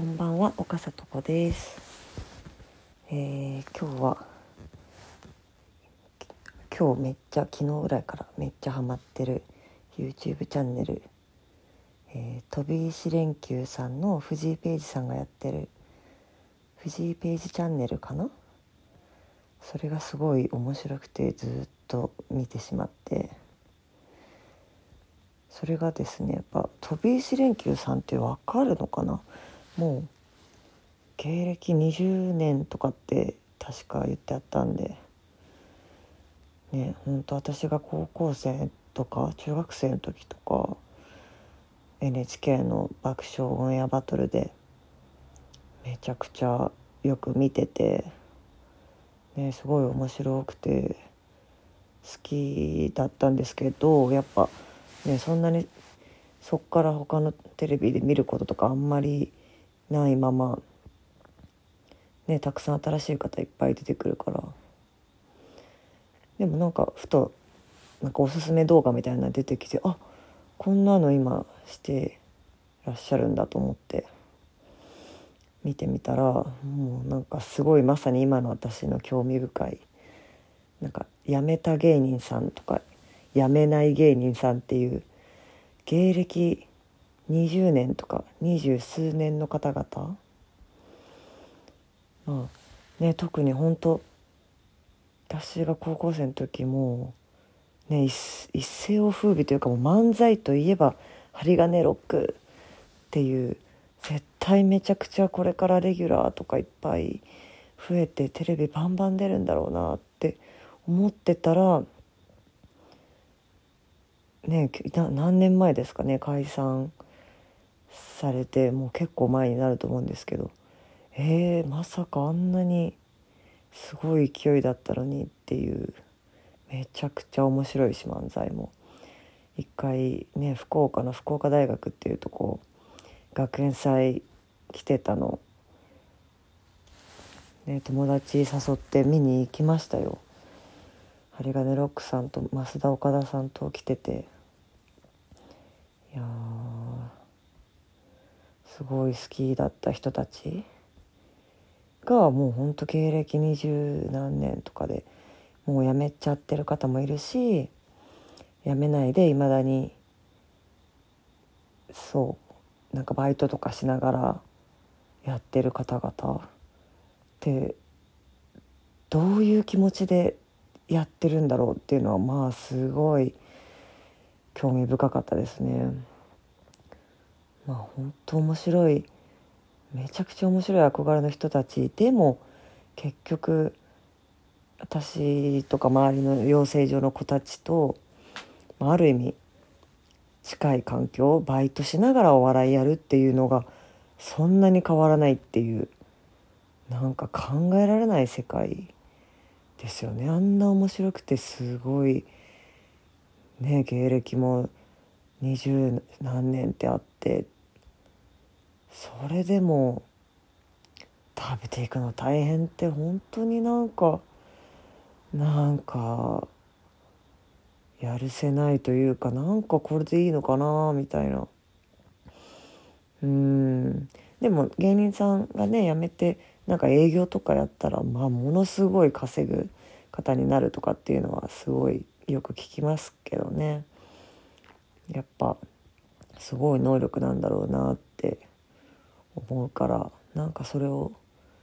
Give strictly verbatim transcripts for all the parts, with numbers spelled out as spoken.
こんばんは、岡里子です。えー、今日は今日めっちゃ昨日ぐらいからめっちゃハマってる YouTube チャンネル、えー、飛び石連休さんの藤井ページさんがやってる藤井ページチャンネルかな。それがすごい面白くてずっと見てしまって、それがですね、やっぱ飛び石連休さんってわかるのかな。もう芸歴にじゅうねんとかって確か言ってあったんでね、ほんと私が高校生とか中学生の時とか エヌエイチケー の爆笑オンエアバトルでめちゃくちゃよく見てて、ね、すごい面白くて好きだったんですけど、やっぱねそんなにそっから他のテレビで見ることとかあんまりないままね、たくさん新しい方いっぱい出てくるから、でもなんかふとなんかおすすめ動画みたいなの出てきて、あ、こんなの今してらっしゃるんだと思って見てみたら、もうなんかすごいまさに今の私の興味深い、なんか辞めた芸人さんとか辞めない芸人さんっていう芸歴にじゅうねんとか二十数年の方々、まあね、特に本当私が高校生の時もね、一, 一世を風靡というか、もう漫才といえば針金ロックっていう、絶対めちゃくちゃこれからレギュラーとかいっぱい増えてテレビバンバン出るんだろうなって思ってたらね、何年前ですかね、解散されて、もう結構前になると思うんですけど、えー、まさかあんなにすごい勢いだったのにっていう、めちゃくちゃ面白いし、漫才も一回ね、福岡の福岡大学っていうとこ学園祭来てたの、ね、友達誘って見に行きましたよ。針金ロックさんと増田岡田さんと来てて、いやすごい好きだった人たちがもうほんと芸歴二十何年とかでもう辞めちゃってる方もいるし、辞めないでいまだにそうなんかバイトとかしながらやってる方々ってどういう気持ちでやってるんだろうっていうのは、まあすごい興味深かったですね。まあ本当面白い、めちゃくちゃ面白い憧れの人たちでも、結局私とか周りの養成所の子たちと、まあ、ある意味近い環境、バイトしながらお笑いやるっていうのがそんなに変わらないっていう、なんか考えられない世界ですよね。あんな面白くてすごいね、芸歴も二十何年ってあって、それでも食べていくの大変って本当になんかなんかやるせないというか、なんかこれでいいのかなみたいな。うーんでも芸人さんがね辞めてなんか営業とかやったら、まあものすごい稼ぐ方になるとかっていうのはすごいよく聞きますけどね。やっぱすごい能力なんだろうなって思うから、なんかそれを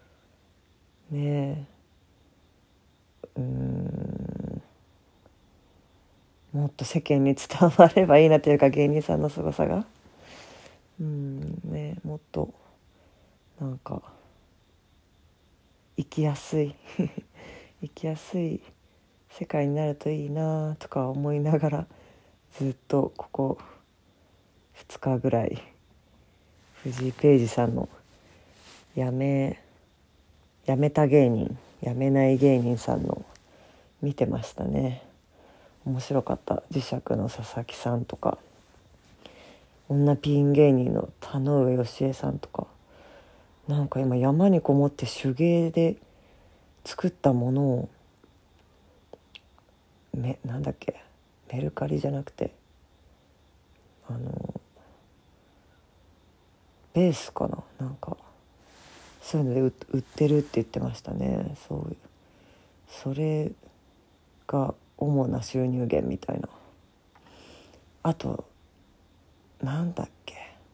ねうーんもっと世間に伝わればいいなというか、芸人さんの凄さがうんねもっとなんか生きやすい生きやすい世界になるといいなとか思いながら、ずっとここふつかぐらい藤井ページさんのやめやめた芸人やめない芸人さんの見てましたね。面白かった。磁石の佐々木さんとか、女ピン芸人の田上義恵さんとか、なんか今山にこもって手芸で作ったものをめなんだっけメルカリじゃなくてあのベースかな、なんかそういうので売売ってるって言ってましたね。そうそれが主な収入源みたいな。あとなんだっけ、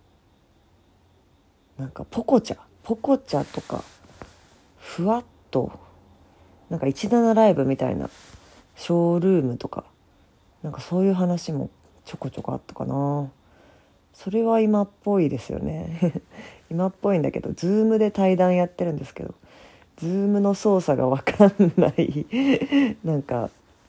なんかポコチャポコチャとかふわっとなんかじゅうななライブみたいなショールームとかなんかそういう話もちょこちょこあったかな。それは今っぽいですよね今っぽいんだけど、ズームで対談やってるんですけど、ズームの操作が分かんないなんか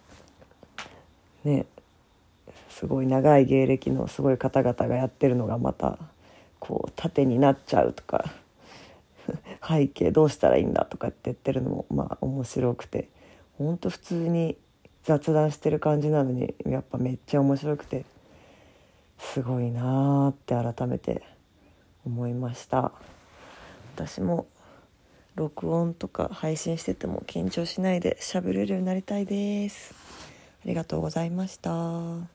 ね、すごい長い芸歴のすごい方々がやってるのがまたこう縦になっちゃうとか背景どうしたらいいんだとかって言ってるのもまあ面白くて、ほんと普通に雑談してる感じなのにやっぱめっちゃ面白くてすごいなーって改めて思いました。私も録音とか配信してても緊張しないで喋れるようになりたいです。ありがとうございました。